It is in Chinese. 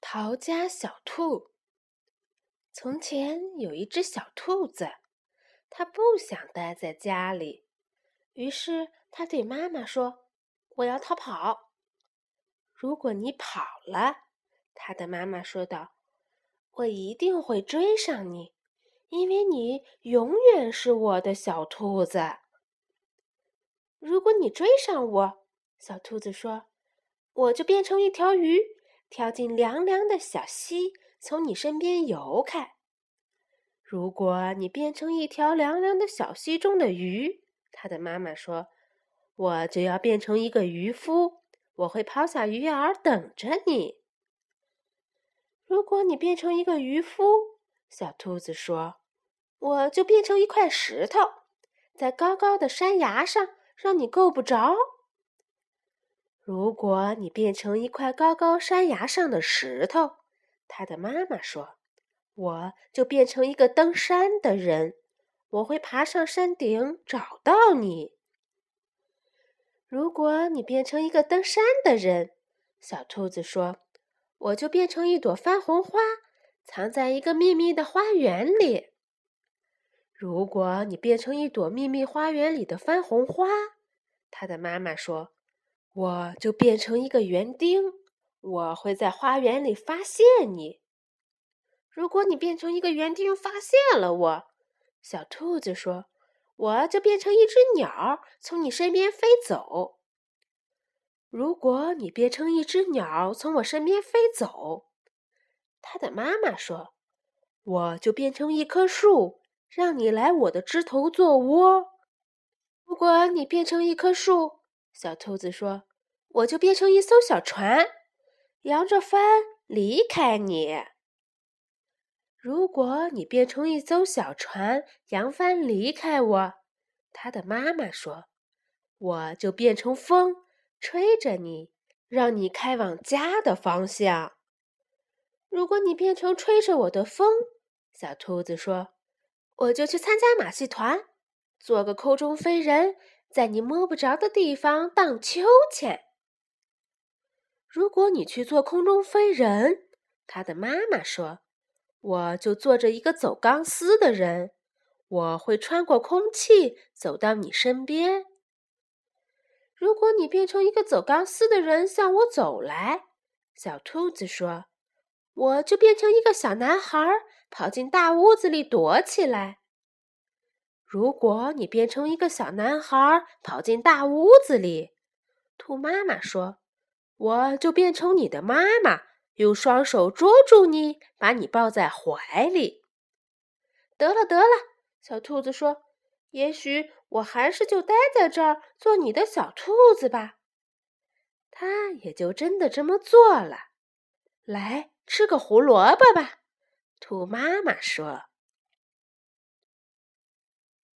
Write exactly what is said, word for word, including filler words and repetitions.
逃家小兔。从前有一只小兔子，它不想待在家里，于是它对妈妈说：“我要逃跑。”如果你跑了，它的妈妈说道，我一定会追上你，因为你永远是我的小兔子。如果你追上我，小兔子说，我就变成一条鱼，跳进凉凉的小溪，从你身边游开。如果你变成一条凉凉的小溪中的鱼，它的妈妈说，我就要变成一个渔夫，我会抛下鱼饵等着你。如果你变成一个渔夫，小兔子说，我就变成一块石头，在高高的山崖上，让你够不着。如果你变成一块高高山崖上的石头，他的妈妈说，我就变成一个登山的人，我会爬上山顶找到你。如果你变成一个登山的人，小兔子说，我就变成一朵番红花，藏在一个秘密的花园里。如果你变成一朵秘密花园里的番红花，他的妈妈说，我就变成一个园丁，我会在花园里发现你。如果你变成一个园丁发现了我，小兔子说，我就变成一只鸟，从你身边飞走。如果你变成一只鸟，从我身边飞走，他的妈妈说，我就变成一棵树，让你来我的枝头做窝。如果你变成一棵树，小兔子说，我就变成一艘小船，扬着帆离开你。如果你变成一艘小船，扬帆离开我，他的妈妈说，我就变成风，吹着你，让你开往家的方向。如果你变成吹着我的风，小兔子说，我就去参加马戏团，做个空中飞人，在你摸不着的地方荡秋千。如果你去做空中飞人，他的妈妈说，我就做着一个走钢丝的人，我会穿过空气走到你身边。如果你变成一个走钢丝的人向我走来，小兔子说，我就变成一个小男孩，跑进大屋子里躲起来。如果你变成一个小男孩，跑进大屋子里，兔妈妈说，我就变成你的妈妈，用双手捉住你，把你抱在怀里。得了得了，小兔子说，也许我还是就待在这儿做你的小兔子吧。它也就真的这么做了。来，吃个胡萝卜吧，兔妈妈说。